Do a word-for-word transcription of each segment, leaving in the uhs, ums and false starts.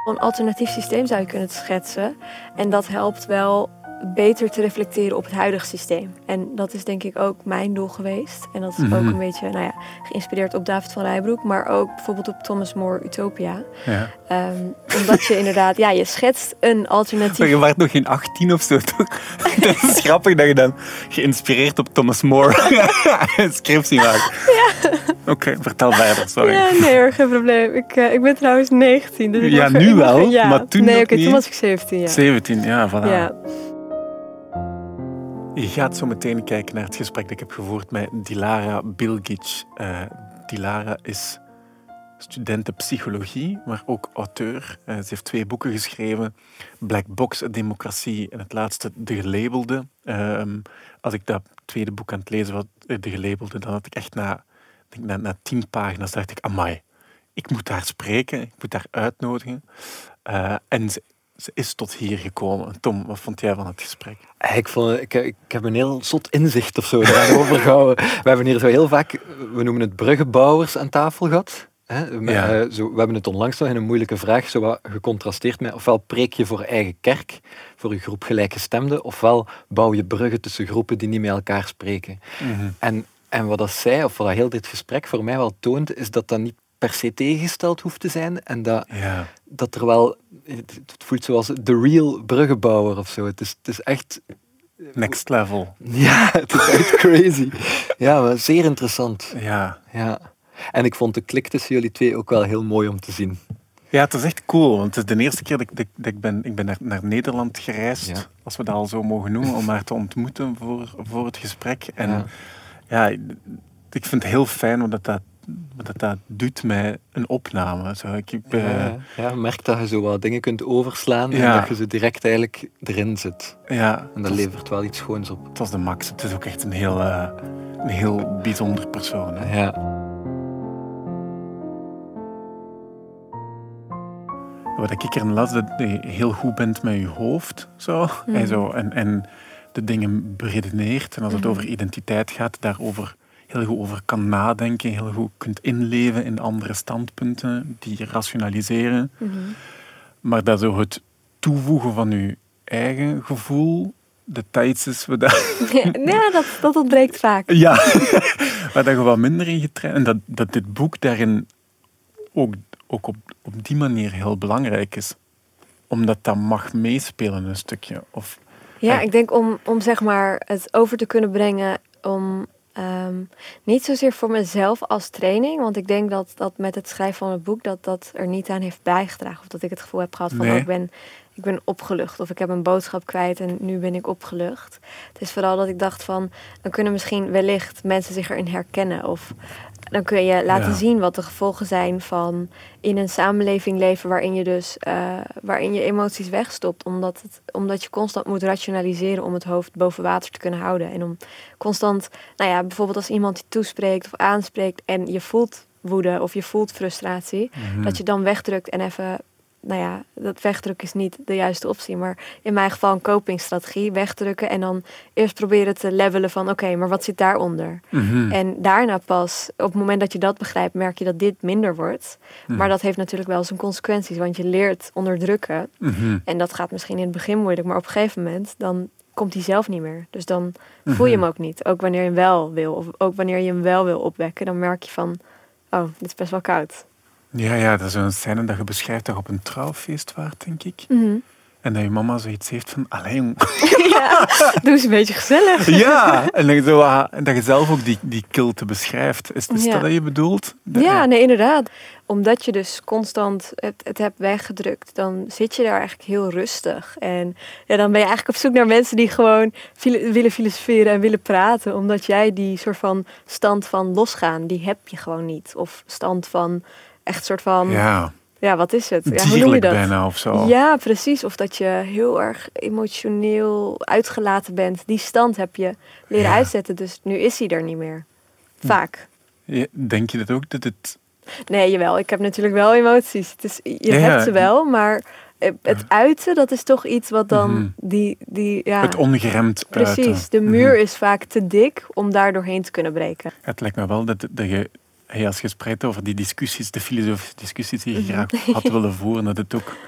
Een alternatief systeem zou je kunnen schetsen. En dat helpt wel beter te reflecteren op het huidige systeem. En dat is denk ik ook mijn doel geweest. En dat is mm-hmm. ook een beetje nou ja, geïnspireerd op David van Rijbroek, maar ook bijvoorbeeld op Thomas More Utopia. Ja. Um, omdat je inderdaad, ja, je schetst een alternatief. Maar je was nog geen achttien of zo, toch? Dat is grappig dat je dan geïnspireerd op Thomas More een scriptie maakt. Ja. Oké, okay, vertel verder, sorry. Ja, nee hoor, geen probleem. Ik, uh, ik ben trouwens negentien. Dus ik ja, mag, nu ik mag, wel, ja. maar toen nee, nog okay, niet. toen was ik zeventien, ja. zeventien, ja, voilà. Ja. Je gaat zo meteen kijken naar het gesprek dat ik heb gevoerd met Dilara Bilgic. Uh, Dilara is studenten psychologie, maar ook auteur. Uh, ze heeft twee boeken geschreven. Black Box, Democratie en het laatste, De Gelabelde. Uh, als ik dat tweede boek aan het lezen was, De Gelabelde, dan had ik echt na, denk, na, na tien pagina's dacht ik, amai, ik moet haar spreken, ik moet haar uitnodigen. Uh, en ze, ze is tot hier gekomen. Tom, wat vond jij van het gesprek? Ik, vond, ik, ik heb een heel zot inzicht of zo daarover gehouden. We hebben hier zo heel vaak, we noemen het bruggenbouwers aan tafel gehad. Hè? Met, ja. uh, zo, we hebben het onlangs nog in een moeilijke vraag zo wat gecontrasteerd met ofwel preek je voor eigen kerk, voor je groep gelijkgestemden, ofwel bouw je bruggen tussen groepen die niet met elkaar spreken. Mm-hmm. En, en wat dat zij, of wat dat heel dit gesprek voor mij wel toont, is dat dat niet per se tegengesteld hoeft te zijn en dat, ja. dat er wel, het voelt zoals de real bruggenbouwer of zo. Het is, het is echt... Next level. Ja, het is echt crazy. Ja, maar zeer interessant. Ja. Ja. En ik vond de klik tussen jullie twee ook wel heel mooi om te zien. Ja, het is echt cool, want het is de eerste keer dat ik, dat, dat ik ben, ik ben naar, naar Nederland gereisd, ja. als we dat al zo mogen noemen, om haar te ontmoeten voor, voor het gesprek. En ja. ja, ik vind het heel fijn wat dat, dat, wat dat, dat doet met een opname. Zo, ik, ik, uh... ja, ja, merk dat je zo wat dingen kunt overslaan ja. en dat je ze direct eigenlijk erin zit. Ja, en dat was, levert wel iets schoons op. Het was de max. Het is ook echt een heel, uh, een heel bijzonder persoon. Hè. Ja. Wat ik erin las, dat je heel goed bent met je hoofd. Zo. Mm. En, zo en, en de dingen beredeneert. En als het mm. over identiteit gaat, daarover heel goed over kan nadenken. Heel goed kunt inleven in andere standpunten. Die rationaliseren. Mm-hmm. Maar dat zo het toevoegen van je eigen gevoel, details is... We dat... Ja, dat, dat ontbreekt vaak. Ja, waar dat je wat minder in getraind. En dat, dat dit boek daarin ook... ook op, op die manier heel belangrijk is. Omdat dat mag meespelen een stukje. Of, ja, ik denk om, om zeg maar het over te kunnen brengen, om um, niet zozeer voor mezelf als training, want ik denk dat, dat met het schrijven van het boek dat dat er niet aan heeft bijgedragen. Of dat ik het gevoel heb gehad van, nee. oh, ik ben, ik ben opgelucht. Of ik heb een boodschap kwijt en nu ben ik opgelucht. Het is vooral dat ik dacht van, dan kunnen misschien wellicht mensen zich erin herkennen. Of dan kun je laten ja. zien wat de gevolgen zijn van in een samenleving leven waarin je dus uh, waarin je emoties wegstopt. Omdat, het, omdat je constant moet rationaliseren om het hoofd boven water te kunnen houden. En om constant, nou ja, bijvoorbeeld als iemand je toespreekt of aanspreekt en je voelt woede of je voelt frustratie, mm-hmm. dat je dan wegdrukt en even... Nou ja, dat wegdrukken is niet de juiste optie. Maar in mijn geval een copingstrategie. Wegdrukken en dan eerst proberen te levelen van... Oké, okay, maar wat zit daaronder? Mm-hmm. En daarna pas, op het moment dat je dat begrijpt... merk je dat dit minder wordt. Mm. Maar dat heeft natuurlijk wel zijn consequenties. Want je leert onderdrukken. Mm-hmm. En dat gaat misschien in het begin moeilijk. Maar op een gegeven moment, dan komt hij zelf niet meer. Dus dan mm-hmm. voel je hem ook niet. Ook wanneer je hem wel wil. Of ook wanneer je hem wel wil opwekken. Dan merk je van, oh, dit is best wel koud. Ja, ja, dat is een scène dat je beschrijft dat je op een trouwfeest waart, denk ik. Mm-hmm. En dat je mama zoiets heeft van, allee jong. Ja, doe eens een beetje gezellig. Ja, en dat je, zo, uh, dat je zelf ook die, die kilte beschrijft. Is, is ja. dat wat je bedoelt? Dat, ja, nee, inderdaad. Omdat je dus constant het, het hebt weggedrukt, dan zit je daar eigenlijk heel rustig. En ja, dan ben je eigenlijk op zoek naar mensen die gewoon filo- willen filosoferen en willen praten. Omdat jij die soort van stand van losgaan, die heb je gewoon niet. Of stand van... Echt soort van, ja, ja wat is het? Ja, hoe noem je dat? Bijna of zo. Ja, precies. Of dat je heel erg emotioneel uitgelaten bent. Die stand heb je leren ja. uitzetten. Dus nu is hij er niet meer. Vaak. Ja, denk je dat ook? Dat het... Nee, jawel. Ik heb natuurlijk wel emoties. Het is, je ja, hebt ja. ze wel, maar het uiten, dat is toch iets wat dan... Mm-hmm. die, die, ja. Het ongeremd Precies. uiten. De muur mm-hmm. is vaak te dik om daar doorheen te kunnen breken. Het lijkt me wel dat, dat je... hey, als je spreekt over die discussies, de filosofische discussies die je graag had willen voeren, dat het ook...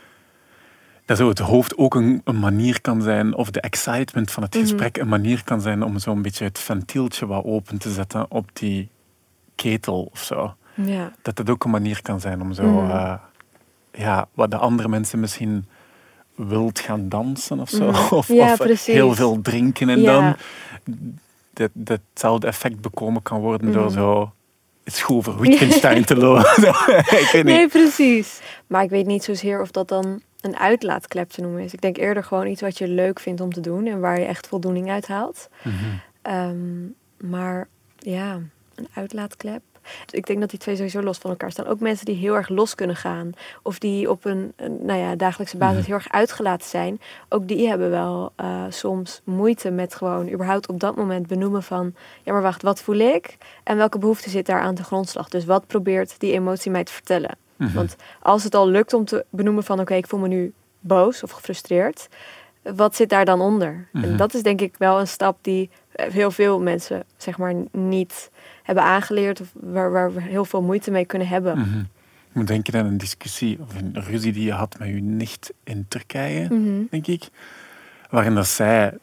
Dat zo het hoofd ook een, een manier kan zijn, of de excitement van het gesprek een manier kan zijn om zo'n beetje het ventieltje wat open te zetten op die ketel of zo. Ja. Dat dat ook een manier kan zijn om zo... Mm. Uh, ja, wat de andere mensen misschien wilt gaan dansen of zo. Mm. Of, Ja, of precies. heel veel drinken en Ja. dan dat, datzelfde effect bekomen kan worden Mm. door zo... Het is goed voor Wittgenstein te lopen. Ik weet niet. Nee, precies. Maar ik weet niet zozeer of dat dan een uitlaatklep te noemen is. Ik denk eerder gewoon iets wat je leuk vindt om te doen en waar je echt voldoening uit haalt. Mm-hmm. Um, maar ja, een uitlaatklep. Ik denk dat die twee sowieso los van elkaar staan. Ook mensen die heel erg los kunnen gaan. Of die op een, een nou ja, dagelijkse basis Mhm. heel erg uitgelaten zijn. Ook die hebben wel uh, soms moeite met gewoon überhaupt op dat moment benoemen van... Ja, maar wacht, wat voel ik? En welke behoefte zit daar aan de grondslag? Dus wat probeert die emotie mij te vertellen? Mhm. Want als het al lukt om te benoemen van... Oké, okay, ik voel me nu boos of gefrustreerd. Wat zit daar dan onder? Mhm. En dat is denk ik wel een stap die heel veel mensen zeg maar niet hebben aangeleerd. Of waar, waar we heel veel moeite mee kunnen hebben. Mm-hmm. Ik moet denken aan een discussie of een ruzie die je had met je nicht in Turkije, Mm-hmm. denk ik. Waarin dat zij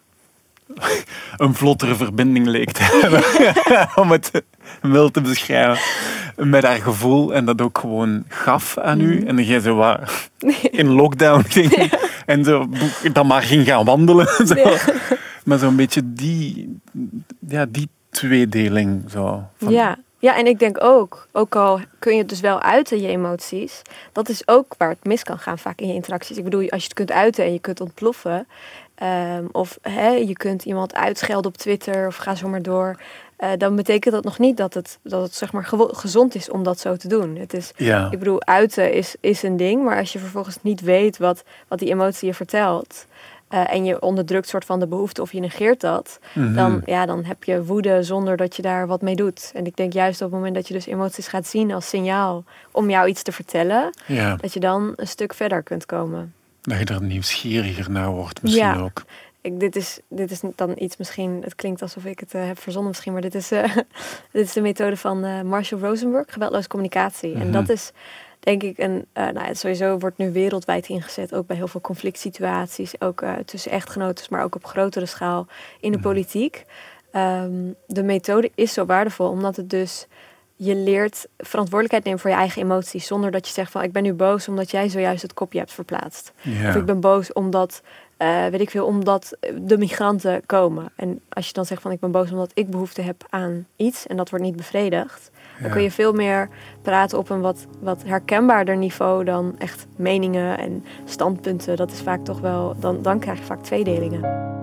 een vlottere verbinding leek te hebben. Om het mild te beschrijven. Met haar gevoel. En dat ook gewoon gaf aan u. Mm. En dan jij zo wat in lockdown ging. Ja. En zo dan maar ging gaan wandelen. Zo. Ja. Maar zo'n beetje die, ja, die tweedeling. Zo, van... Ja. Ja, en ik denk ook, ook al kun je het dus wel uiten, je emoties, dat is ook waar het mis kan gaan vaak in je interacties. Ik bedoel, als je het kunt uiten en je kunt ontploffen, um, of hè, je kunt iemand uitschelden op Twitter of ga zo maar door, uh, dan betekent dat nog niet dat het, dat het zeg maar gewo- gezond is om dat zo te doen. Het is, ja. Ik bedoel, uiten is, is een ding, maar als je vervolgens niet weet wat, wat die emotie je vertelt... Uh, en je onderdrukt soort van de behoefte of je negeert dat, Mm-hmm. dan, ja, dan heb je woede zonder dat je daar wat mee doet. En ik denk juist op het moment dat je dus emoties gaat zien als signaal om jou iets te vertellen, ja. dat je dan een stuk verder kunt komen. Dat je er nieuwsgieriger naar wordt misschien ja. ook. Ik, dit, is, dit is dan iets misschien, het klinkt alsof ik het uh, heb verzonnen misschien, maar dit is, uh, dit is de methode van uh, Marshall Rosenberg, geweldloze communicatie. Mm-hmm. En dat is... denk ik, en uh, nou, sowieso wordt nu wereldwijd ingezet, ook bij heel veel conflict situaties, ook uh, tussen echtgenoten, maar ook op grotere schaal in de mm. politiek. Um, de methode is zo waardevol, omdat het dus, je leert verantwoordelijkheid nemen voor je eigen emoties, zonder dat je zegt van, ik ben nu boos omdat jij zojuist het kopje hebt verplaatst. Ja. Of ik ben boos omdat, uh, weet ik veel, omdat de migranten komen. En als je dan zegt van, ik ben boos omdat ik behoefte heb aan iets, en dat wordt niet bevredigd, dan ja. kun je veel meer praten op een wat, wat herkenbaarder niveau dan echt meningen en standpunten. Dat is vaak toch wel... Dan, dan krijg je vaak tweedelingen.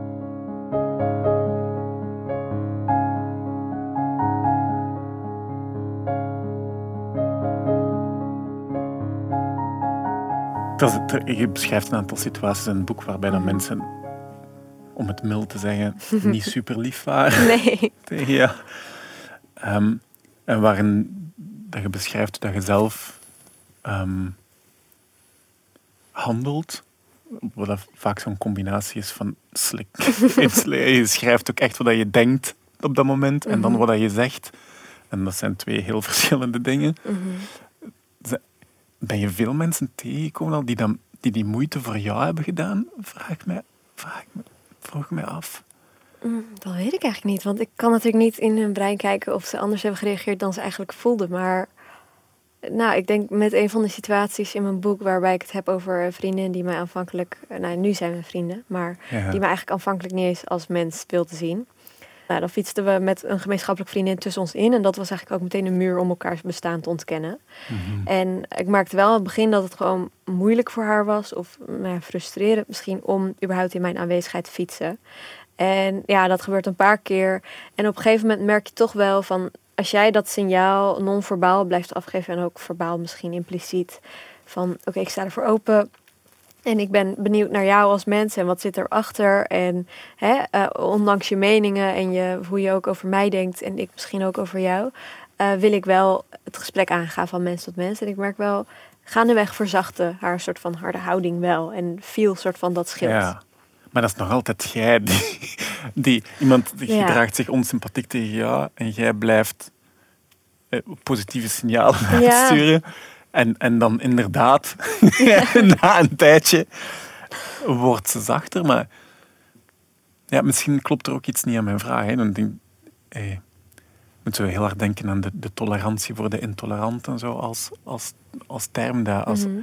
Dat is, je beschrijft een aantal situaties in het boek waarbij dan mensen, om het mild te zeggen, niet super lief waren. Nee. Ja. Um, En waarin dat je beschrijft dat je zelf um, handelt. Wat dat vaak zo'n combinatie is van slik. Je schrijft ook echt wat je denkt op dat moment. Mm-hmm. En dan wat je zegt. En dat zijn twee heel verschillende dingen. Mm-hmm. Ben je veel mensen tegengekomen al die, dan, die die moeite voor jou hebben gedaan? Vraag ik mij, vraag ik me, vroeg ik mij af. Dat weet ik eigenlijk niet, want ik kan natuurlijk niet in hun brein kijken of ze anders hebben gereageerd dan ze eigenlijk voelden. Maar nou, ik denk met een van de situaties in mijn boek waarbij ik het heb over een vriendin die mij aanvankelijk, nou nu zijn we vrienden, maar ja. die mij eigenlijk aanvankelijk niet eens als mens wilde zien. Nou, dan fietsten we met een gemeenschappelijk vriendin tussen ons in en dat was eigenlijk ook meteen een muur om elkaars bestaan te ontkennen. Mm-hmm. En ik merkte wel aan het begin dat het gewoon moeilijk voor haar was of nou, frustrerend misschien om überhaupt in mijn aanwezigheid te fietsen. En ja, dat gebeurt een paar keer. En op een gegeven moment merk je toch wel van, als jij dat signaal non-verbaal blijft afgeven en ook verbaal misschien impliciet, van oké, okay, ik sta ervoor open en ik ben benieuwd naar jou als mens en wat zit erachter. En hè, uh, ondanks je meningen en je, hoe je ook over mij denkt en ik misschien ook over jou, uh, wil ik wel het gesprek aangaan van mens tot mens. En ik merk wel, gaandeweg verzachtte haar soort van harde houding wel en viel soort van dat schild. Ja. Maar dat is nog altijd jij die, die iemand die ja. gedraagt zich onsympathiek tegen jou en jij blijft positieve signalen Ja. uitsturen. En, en dan inderdaad, na een tijdje, wordt ze zachter. Maar ja, misschien klopt er ook iets niet aan mijn vraag. Hè. Dan denk, hey, moeten we heel hard denken aan de, de tolerantie voor de intolerant en zo als, als, als term. Dat als, Mhm.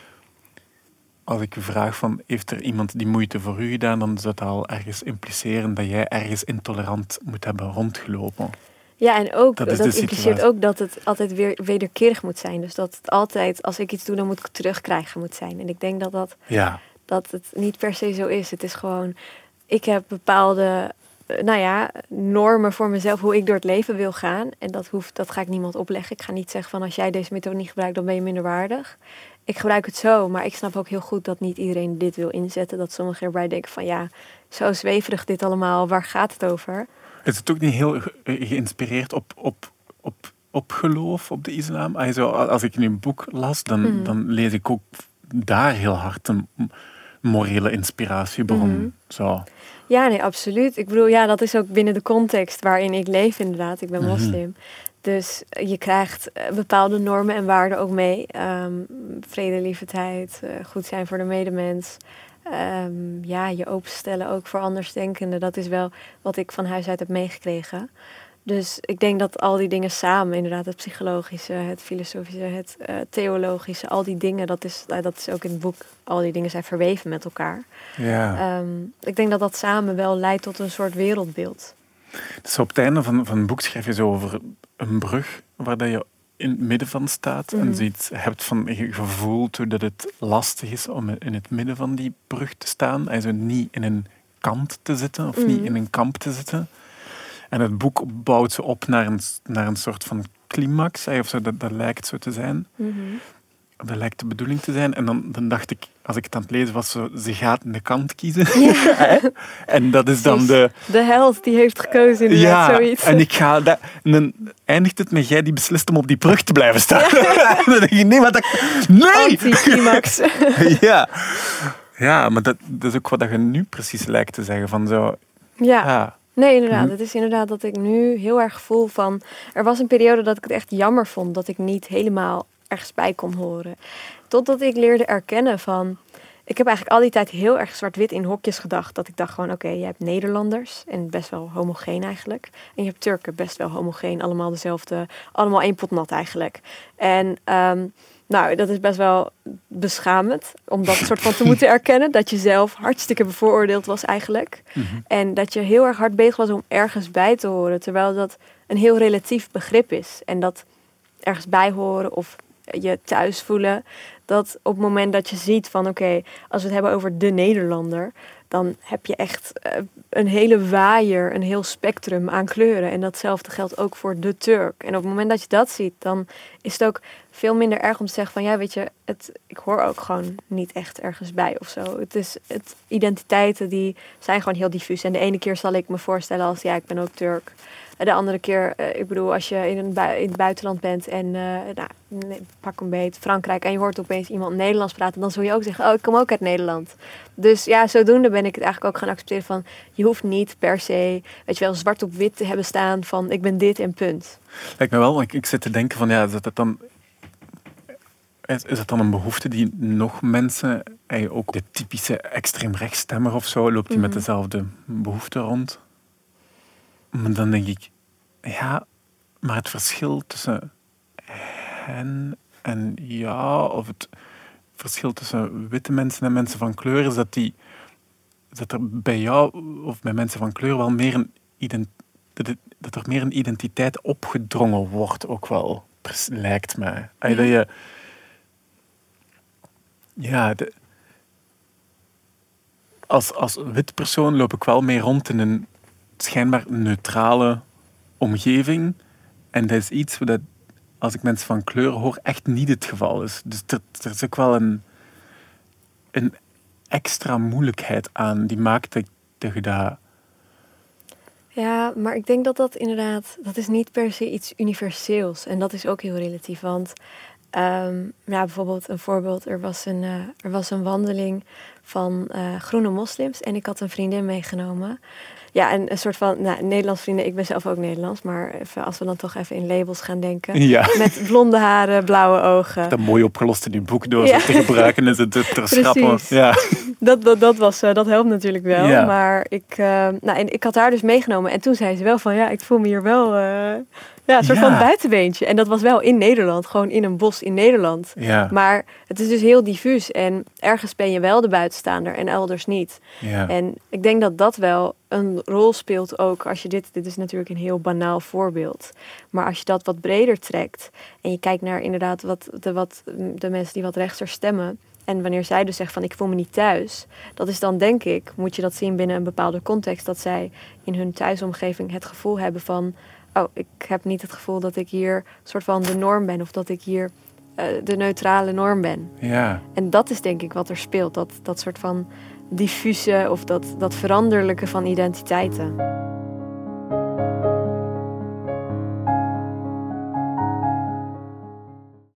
als ik u vraag van, heeft er iemand die moeite voor u gedaan, dan zou dat al ergens impliceren dat jij ergens intolerant moet hebben rondgelopen. Ja, en ook, Dat dat, is de impliceert situatie. ook dat het altijd weer wederkerig moet zijn. Dus dat het altijd, als ik iets doe, dan moet ik het terugkrijgen moet zijn. En ik denk dat, dat, Ja, dat het niet per se zo is. Het is gewoon, ik heb bepaalde, eh, nou ja, normen voor mezelf, hoe ik door het leven wil gaan. En dat, hoeft, dat ga ik niemand opleggen. Ik ga niet zeggen van, als jij deze methode niet gebruikt, dan ben je minderwaardig. Ik gebruik het zo, maar ik snap ook heel goed dat niet iedereen dit wil inzetten. Dat sommigen erbij denken van, ja, zo zweverig dit allemaal, waar gaat het over? is het ook niet heel ge- geïnspireerd op, op, op, op geloof, op de islam? Als, zo, als ik nu een boek las, dan, Mhm. dan lees ik ook daar heel hard een m- morele inspiratiebron. Mhm. Zo. Ja, nee, absoluut. Ik bedoel, ja, dat is ook binnen de context waarin ik leef inderdaad. Ik ben Mhm. moslim. Dus je krijgt eh, bepaalde normen en waarden ook mee. Ehm vredelievendheid, eh, goed zijn voor de medemens. Ehm, ja, je openstellen ook voor andersdenkenden. Dat is wel wat ik van huis uit heb meegekregen. Dus ik denk dat al die dingen samen, inderdaad, het psychologische, het filosofische, het eh, theologische, al die dingen, dat is, eh, dat is ook in het boek, al die dingen zijn verweven met elkaar. Ja. Ehm, ik denk dat dat samen wel leidt tot een soort wereldbeeld. Dus op het einde van, van het boek schrijf je zo over een brug waar dat je in het midden van staat Mhm. en zoiets hebt van je gevoeld hoe dat het lastig is om in het midden van die brug te staan. En zo niet in een kant te zitten of niet Mhm. in een kamp te zitten. En het boek bouwt ze op naar een, naar een soort van climax, hè, of zo, dat, dat lijkt zo te zijn. Mhm. Dat lijkt de bedoeling te zijn. En dan, dan dacht ik, als ik het aan het lezen was, zo, ze gaat een kant kiezen. En dat is dan Precies. de... De held die heeft gekozen, inderdaad, Ja, zoiets. en ik ga dat, en dan eindigt het met jij die beslist om op die brug te blijven staan. Dan denk je, nee, maar dat... Nee! Anti-climax. Ja. Ja, maar dat, dat is ook wat je nu precies lijkt te zeggen. Van zo, Ja. ja. Nee, inderdaad. Mhm. Het is inderdaad dat ik nu heel erg voel van... Er was een periode dat ik het echt jammer vond dat ik niet helemaal ergens bij kon horen. Totdat ik leerde erkennen van... Ik heb eigenlijk al die tijd heel erg zwart-wit in hokjes gedacht. Dat ik dacht gewoon, oké, je hebt Nederlanders en best wel homogeen eigenlijk. En je hebt Turken, best wel homogeen, allemaal dezelfde, allemaal één pot nat eigenlijk. En um, nou, dat is best wel beschamend om dat soort van te moeten erkennen. Dat je zelf hartstikke bevooroordeeld was eigenlijk. Mhm. En dat je heel erg hard bezig was om ergens bij te horen. Terwijl dat een heel relatief begrip is. En dat ergens bij horen of je thuis voelen... dat op het moment dat je ziet van... oké, okay, als we het hebben over de Nederlander... dan heb je echt uh, een hele waaier, een heel spectrum aan kleuren. En datzelfde geldt ook voor de Turk. En op het moment dat je dat ziet... dan is het ook veel minder erg om te zeggen van... ja, weet je, het, ik hoor ook gewoon niet echt ergens bij of zo. Het is, het, identiteiten die zijn gewoon heel diffuus. En de ene keer zal ik me voorstellen als... ja, ik ben ook Turk... De andere keer, uh, ik bedoel, als je in, een bui- in het buitenland bent en uh, nou, nee, pak een beet, Frankrijk, en je hoort opeens iemand Nederlands praten, dan zul je ook zeggen, oh, ik kom ook uit Nederland. Dus ja, zodoende ben ik het eigenlijk ook gaan accepteren van, je hoeft niet per se, weet je wel, zwart op wit te hebben staan van, ik ben dit en punt. Lijkt me wel, want ik, ik zit te denken van, ja, is dat dan... Is, is dat dan een behoefte die nog mensen, ook de typische extreemrechtsstemmer of zo, loopt die Mhm. met dezelfde behoefte rond? Maar dan denk ik, ja, maar het verschil tussen hen en ja, of het verschil tussen witte mensen en mensen van kleur, is dat, die, dat er bij jou, of bij mensen van kleur, wel meer een ident, dat, het, dat er meer een identiteit opgedrongen wordt, ook wel, lijkt mij. Ja. Dat je, ja, de, als, als wit persoon loop ik wel mee rond in een schijnbaar neutrale omgeving. En dat is iets dat, als ik mensen van kleur hoor, echt niet het geval is. Dus er, er is ook wel een, een extra moeilijkheid aan die maakt dat, dat je dat... Ja, maar ik denk dat dat inderdaad, dat is niet per se iets universeels. En dat is ook heel relatief, want um, ja, bijvoorbeeld een voorbeeld, er was een, uh, er was een wandeling van uh, groene moslims en ik had een vriendin meegenomen. Ja, en een soort van, nou, Nederlands vrienden, ik ben zelf ook Nederlands, maar even, als we dan toch even in labels gaan denken. Ja. Met blonde haren, blauwe ogen. Dat mooi opgelost in uw boek door Ja. zo te gebruiken en ze te, te schrappen. Ja. Dat, dat, dat, was, uh, dat helpt natuurlijk wel. Ja. Maar ik, uh, nou, en ik had haar dus meegenomen. En toen zei ze wel van, ja, ik voel me hier wel uh, ja, een soort Ja. van buitenbeentje. En dat was wel in Nederland, gewoon in een bos in Nederland. Ja. Maar het is dus heel diffuus. En ergens ben je wel de buitenstaander en elders niet. Ja. En ik denk dat dat wel een rol speelt ook als je dit... Dit is natuurlijk een heel banaal voorbeeld. Maar als je dat wat breder trekt... en je kijkt naar inderdaad wat de, wat, de mensen die wat rechtser stemmen... en wanneer zij dus zegt van ik voel me niet thuis... dat is dan denk ik, moet je dat zien binnen een bepaalde context... dat zij in hun thuisomgeving het gevoel hebben van... oh, ik heb niet het gevoel dat ik hier soort van de norm ben... of dat ik hier uh, de neutrale norm ben. Ja. En dat is denk ik wat er speelt. Dat, dat soort van diffuse of dat, dat veranderlijke van identiteiten.